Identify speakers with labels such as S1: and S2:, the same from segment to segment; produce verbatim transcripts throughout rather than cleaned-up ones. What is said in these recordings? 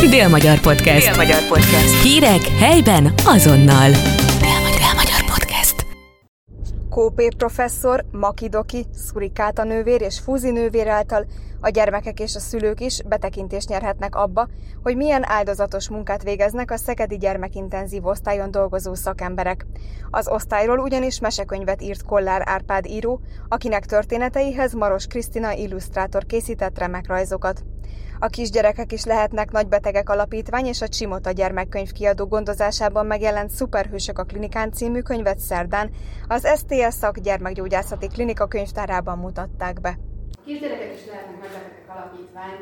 S1: Dél-Magyar Podcast. Dél-Magyar Podcast. Hírek helyben azonnal. Dél-Magyar Podcast.
S2: Kópé professzor, Makidoki, Szurikáta nővér és Fúzi nővér által a gyermekek és a szülők is betekintést nyerhetnek abba, hogy milyen áldozatos munkát végeznek a Szegedi Gyermekintenzív Osztályon dolgozó szakemberek. Az osztályról ugyanis mesekönyvet írt Kollár Árpád író, akinek történeteihez Maros Krisztina illusztrátor készített remek rajzokat. A kisgyerekek is lehetnek Nagybetegek Alapítvány és a Csimota gyermekkönyv kiadó gondozásában megjelent Szuperhősök a klinikán című könyvet szerdán az es té es szak gyermekgyógyászati klinika könyvtárában mutatták be.
S3: Kisgyerekek is lehetnek Nagybetegek Alapítvány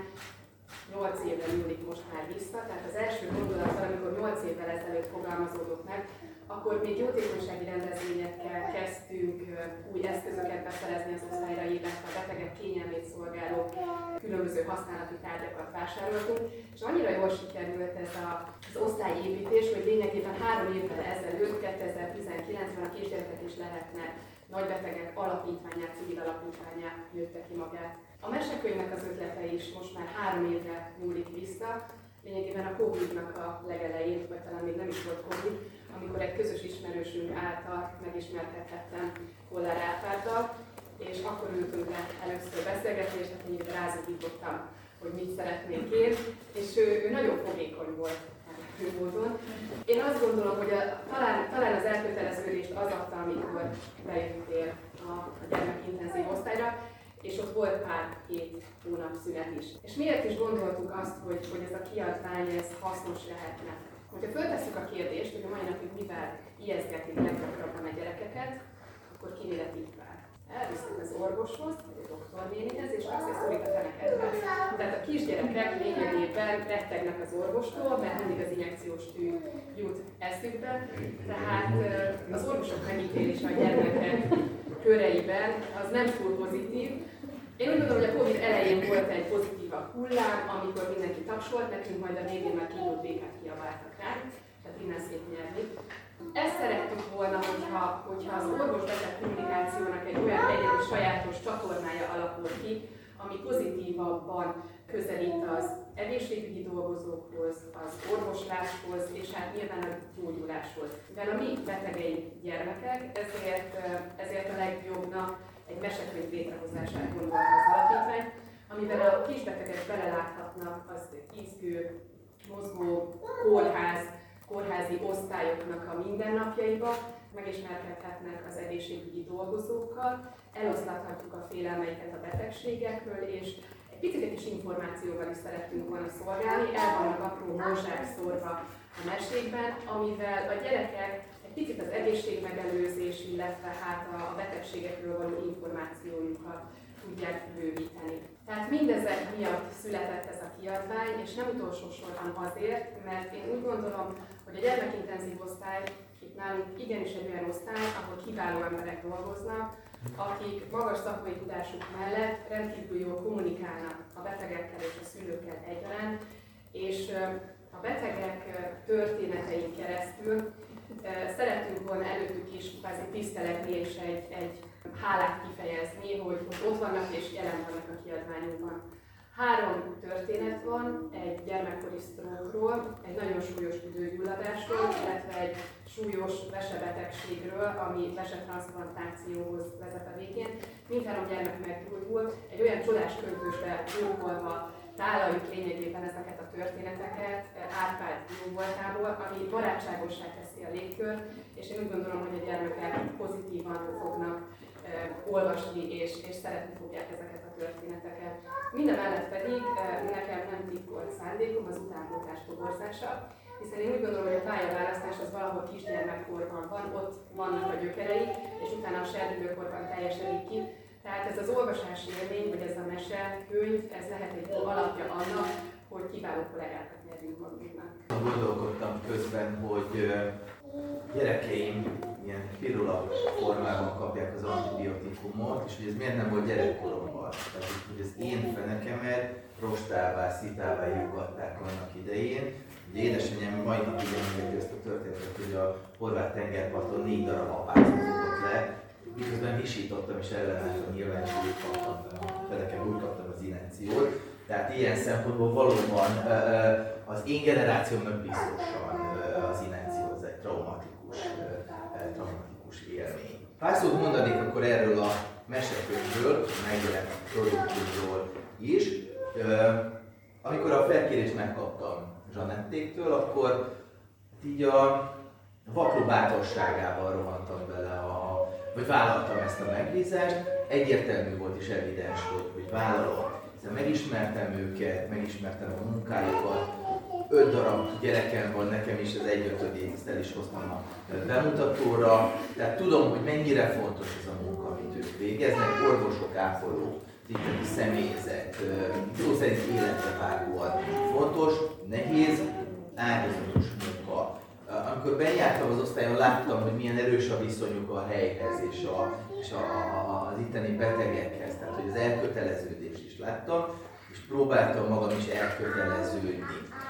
S3: nyolc éve nyúlik most már vissza, tehát az első gondolattal, amikor nyolc évvel ezelőtt fogalmazódott meg, akkor még jótékonysági rendezvényekkel kezdtünk új eszközöket beszerezni az osztályra, illetve a betegek kényelmét szolgáló különböző használati tárgyakat vásároltunk, és annyira jól sikerült ez a, az osztályépítés, hogy lényegében három évvel ezelőtt, kétezer-tizenkilencben a kisgyerekek is lehetnek Nagybetegek Alapítványát, civil alapítványát nőtte ki magát. A mesekönyvnek az ötlete is most már három évre nyúlik vissza, lényegében a Covid-nak a legelején, vagy talán még nem is volt Covid, amikor egy közös ismerősünk által megismerkedhettem Kollár Árpáddal, és akkor ültünk le először beszélgetni, és hát én rázadítottam, hogy mit szeretnék én, és ő, ő nagyon fogékony volt módon. Én azt gondolom, hogy a, talán, talán az elköteleződést az adta, amikor bejöttél a, a gyermekintenzív osztályra, és ott volt pár hét hónap szünet is. És miért is gondoltuk azt, hogy, hogy ez a kiadvány ez hasznos lehetne? Hogyha föltesszük a kérdést, hogy a mai napig mivel ijesztgetik leggyakrabban a gyerekeket, akkor kivéletik vár. Elvisznek az orvoshoz, vagy a doktornénihez, és azt hiszik a feneketbe. Tehát a kisgyerekek lényegében rettegnek az orvostól, mert mindig az injekciós tű jut eszükbe. Tehát az orvosok megítélése a gyermekek köreiben az nem túl pozitív. Én úgy gondolom, hogy a Covid elején volt egy pozitívabb hullám, amikor mindenki tapsolt, nekünk majd a végén már kinyúlt békát kiabáltak ránk, tehát innen szép nyerni. Ezt szerettük volna, hogyha, hogyha az orvos-beteg kommunikációnak egy olyan egyedi sajátos csatornája alakul ki, ami pozitívabban közelít az egészségügyi dolgozókhoz, az orvosláshoz, és hát nyilván a gyógyuláshoz. Mivel a mi betegeink gyermekek, ezért, ezért a legjobbnak egy mesekönyv létrehozását gondolta az alapítvány, amiben a kisbetegek beleláthatnak az izgő, mozgó kórház, kórházi osztályoknak a mindennapjaiba, megismerkedhetnek az egészségügyi dolgozókkal, eloszlathatjuk a félelmeiket a betegségekről, és egy picit kis információval is szerettünk volna szolgálni, el vannak apró morzsák szórva a mesékben, amivel a gyerekek egy picit az egészségmegelőzés, illetve hát a betegségekről való információjukat tudják bővíteni. Tehát mindezek miatt született ez a kiadvány, és nem utolsó sorban azért, mert én úgy gondolom, hogy a gyermekintenzív osztály itt nálunk igenis egy olyan osztály, ahol kiváló emberek dolgoznak, akik magas szakmai tudásuk mellett rendkívül jól kommunikálnak a betegekkel és a szülőkkel egyaránt, és a betegek történetein keresztül szerettünk volna előttük is kvázi tiszteletni és egy, egy hálát kifejezni, hogy, hogy ott vannak és jelen vannak a kiadványunkban. Három történet van, egy gyermekkori sztrókról, egy nagyon súlyos tüdőgyulladásról, illetve egy súlyos vesebetegségről, ami vesetranszplantációhoz vezet a végén. Mindhárom gyermek meggyógyul, egy olyan csodás köntösbe gyógyolva tálaljuk lényegében ezeket a történeteket Árpád jóvoltából, ami barátságossá teszi a légkört, és én úgy gondolom, hogy a gyermekek pozitívan fognak olvasni és, és szeretni fogják ezeket a történeteket. Mindemellett pedig nekem nem titkolt szándékom az utánpótlás toborzása, hiszen én úgy gondolom, hogy a pályaválasztás az valahol kisgyermekkorban van, ott vannak a gyökerei, és utána a serdülőkorban teljesedik ki. Tehát ez az olvasási élmény, vagy ez a mesekönyv, ez lehet egy alapja annak, hogy kiváló kollégákat nyerjünk magunknak.
S4: Gondolkodtam közben, hogy gyerekeim ilyen pirula formában kapják az antibiotikumot, és hogy ez miért nem volt gyerekkoromban. Tehát, hogy az én fenekemet rostává, szitává juggatták annak idején. Ugye édesanyám mai napig emlékezett ezt a történetet, hogy a horvát tengerparton négy darab apácot fogott le, miközben visítottam és ellenálltam nyilván, és úgy kaptam, a feneken úgy kaptam az inekciót. Tehát ilyen szempontból valóban az én generációmnak biztosan az inenció az egy traumatikus, traumatikus élmény. Pár szót mondanék akkor erről a mesekönyvről, megjelent produktúról is. Amikor a felkérést megkaptam Zsanettéktől, akkor így a vakló bátorságával rohantam bele, a, vagy vállaltam ezt a megbízást. Egyértelmű volt és evidens volt, hogy vállalom. Hiszen megismertem őket, megismertem a munkájukat. Öt darab gyerekem van nekem is, az egyötödét, ezt el is hoztam a bemutatóra. Tehát tudom, hogy mennyire fontos ez a munka, amit ők végeznek. Orvosok, ápolók, itteni személyzet, szó szerint életre vágóan fontos, nehéz, áldozatos munka. Amikor bejártam az osztályon, láttam, hogy milyen erős a viszonyuk a helyhez és, a, és a, a, az itteni betegekhez, tehát hogy az elköteleződést is láttam, és próbáltam magam is elköteleződni.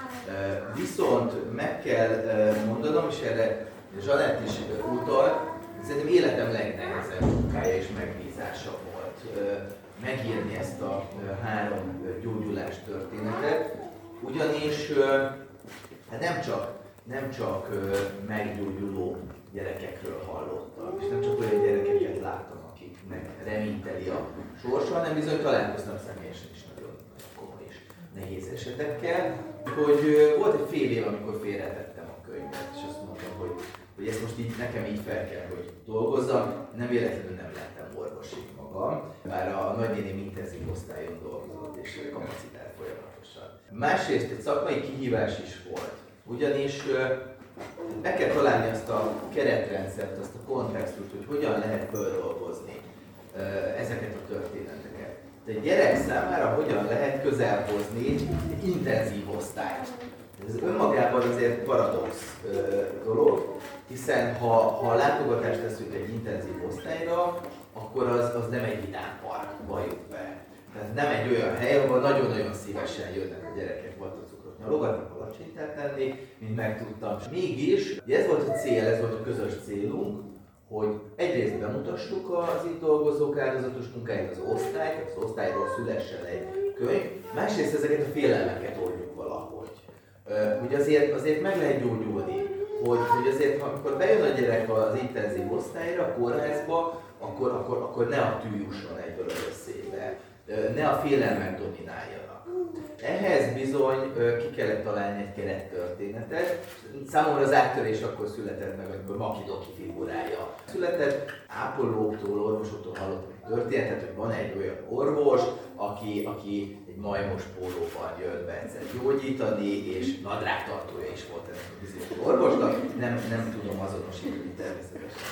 S4: Viszont meg kell mondanom, és erre Zsanett is utalt, szerintem életem legnehezebb munkája és megbízása volt megírni ezt a három gyógyulás történetet, ugyanis hát nem csak nem csak meggyógyuló gyerekekről hallottam, és nem csak olyan gyerekeket láttam, akiknek reményteli a sorsa, hanem bizony találkoztam személyesen is nagyon komoly és nehéz esetekkel. Hogy volt egy fél év, amikor félretettem a könyvet, és azt mondtam, hogy, hogy ezt most így, nekem így fel kell, hogy dolgozzam. Nem véletlenül nem lettem orvosig magam, bár a nagynéném intenzív osztályon dolgozott, és kapacitált folyamatosan. Másrészt egy szakmai kihívás is volt. Ugyanis meg kell találni azt a keretrendszert, azt a kontextust, hogy hogyan lehet földolgozni ezeket a történeteket. De egy gyerek számára hogyan lehet közel hozni egy intenzív osztályt. Ez önmagában azért paradox dolog, hiszen ha, ha látogatást teszünk egy intenzív osztályra, akkor az, az nem egy vidám park, valljuk be. Tehát nem egy olyan hely, ahol nagyon-nagyon szívesen jönnek a gyerekek vatacukrot nyalogatni, palacsintát tenni, mint megtudtam. Mégis, ez volt a cél, ez volt a közös célunk, hogy egyrészt bemutassuk az itt dolgozók áldozatos munkáit, az osztályt, az osztályról szülessen egy könyv, másrészt ezeket a félelmeket oldjuk valahogy. Hogy azért, azért meg lehet gyógyulni, hogy, hogy azért, amikor bejön a gyerek az intenzív osztályra, a kórházba, akkor, akkor, akkor ne a tű jusson egyből az eszébe, ne a félelmek domináljanak. Ehhez bizony ki kellett találni egy kerettörténetet. Számomra az áttörés akkor született meg, amikor Makidoki figurája született. Ápolóktól, orvosoktól hallottam egy történetet, hogy van egy olyan orvos, aki, aki egy majmos pólóban jött be egyszer gyógyítani, és nadrágtartója is volt ennek a bizonyos orvosnak. Nem, nem tudom azonosítani természetesen.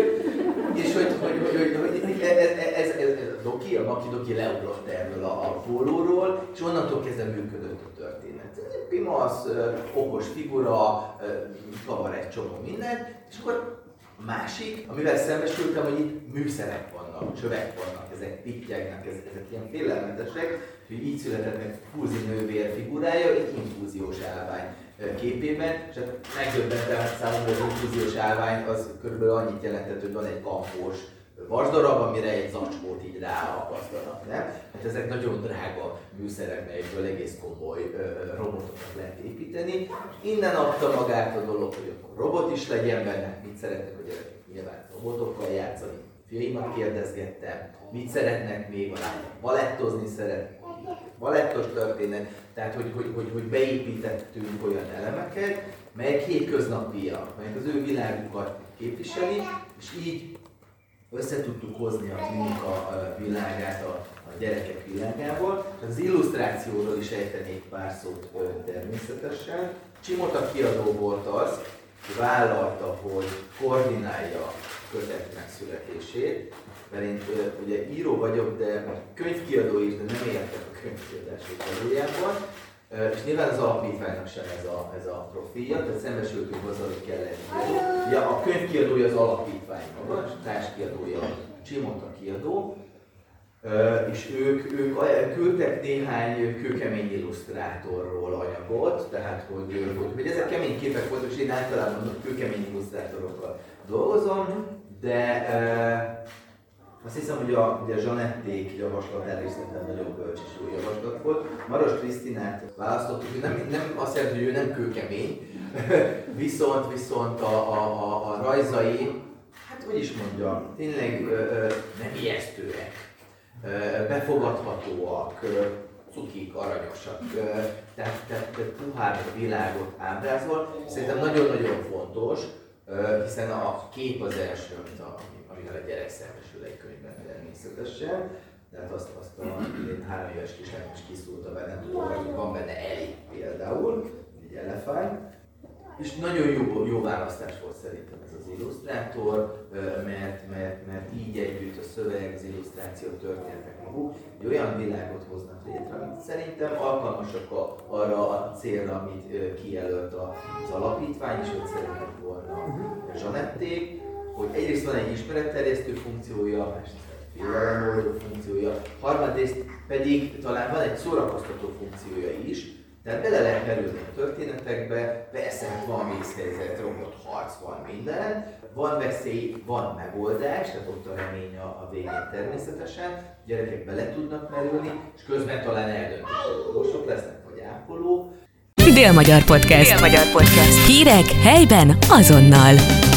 S4: És hogy, hogy, hogy, hogy, hogy ez, ez, ez, ez a Doki, a Makidoki leugrott erről a, a pólóról, és onnantól kezdve működött a történet. Ez egy pimasz, okos figura, kavar egy csomó mindent, és akkor másik, amivel szembesültem, hogy itt műszerek vannak, csövek vannak, ezek pittyegnek, ezek, ezek ilyen félelmetesek, hogy így született meg Fúzi nővér figurája, egy infúziós állvány képében, és hát megdöbbentem számomra, hogy az infúziós állvány az körülbelül annyit jelentett, hogy van egy kampós vasdarab, amire egy zacskót így ráakasztanak, nem? Hát ezek nagyon drága műszerek, melyekből egész komoly robotokat lehet építeni. Innen adta magát a dolog, hogy akkor robot is legyen benne. Mit szeretnek a gyerekek? Nyilván robotokkal játszani. Fiaimat kérdezgettem, mit szeretnek még, a lányok balettozni szeretnek, balettos történet, tehát hogy, hogy, hogy, hogy beépítettünk olyan elemeket, melyek hétköznapiak, melyek az ő világukat képviseli, és így össze tudtuk hozni a klinika világát a, a gyerekek világából. Az illusztrációról is ejtenék pár szót természetesen. Csimota kiadó volt az, hogy vállalta, hogy koordinálja a kötet megszületését, mert én ugye író vagyok, de könyvkiadó is, de nem értek a könyvkiadásét valójában. És nyilván az alapítványnak sem ez a, ez a profilja, tehát szembesültünk azzal, hogy kell lenni. Ugye a könyvkiadója az alapítvány maga, és a társkiadója a Csimota kiadó, és ők, ők küldtek néhány kőkemény illusztrátorról anyagot, tehát hogy, hogy, hogy ezek kemény képek voltak, és én általában kőkemény illusztrátorokkal dolgozom, de Azt hiszem, hogy a, ugye a Zsanették javaslat elég szerintem nagyon bölcs és jó javaslat volt. Maros Krisztinát választottuk, hogy nem, nem azt jelenti, hogy ő nem kőkemény, viszont, viszont a, a, a, a rajzai, hát hogy is mondjam, tényleg ö, ö, nem ijesztőek, ö, befogadhatóak, ö, cukik, aranyosak, ö, tehát, tehát, tehát puhább világot ábrázol. Szerintem nagyon-nagyon fontos, ö, hiszen a kép az első, amit a, amivel a gyerek szembesül egy könyvben természetesen. Tehát azt, azt a én három éves kislány is kiszúrta be, nem tudom, hogy van benne Eli például, egy elefánt. És nagyon jó, jó választás volt szerintem ez az illusztrátor, mert, mert, mert így együtt a szöveg, az illusztráció, történetek maguk egy olyan világot hoznak létre, amit szerintem alkalmasak a, arra a célra, amit kijelölt az alapítvány, és hogy szeretett volna a Zsanették, hogy egyrészt van egy ismeretterjesztő funkciója, másrészt egy félelemmódó funkciója, harmadrészt pedig talán van egy szórakoztató funkciója is, tehát bele lehet merülni a történetekbe, persze van vészhelyzet, romlott harc, van minden, van veszély, van megoldás, tehát ott a remény a végén természetesen, a gyerekek bele tudnak merülni, és közben talán eldöntik, hogy orvosok lesznek, vagy ápolók.
S1: Dél-Magyar Podcast. Dél-Magyar Podcast. Hírek helyben azonnal.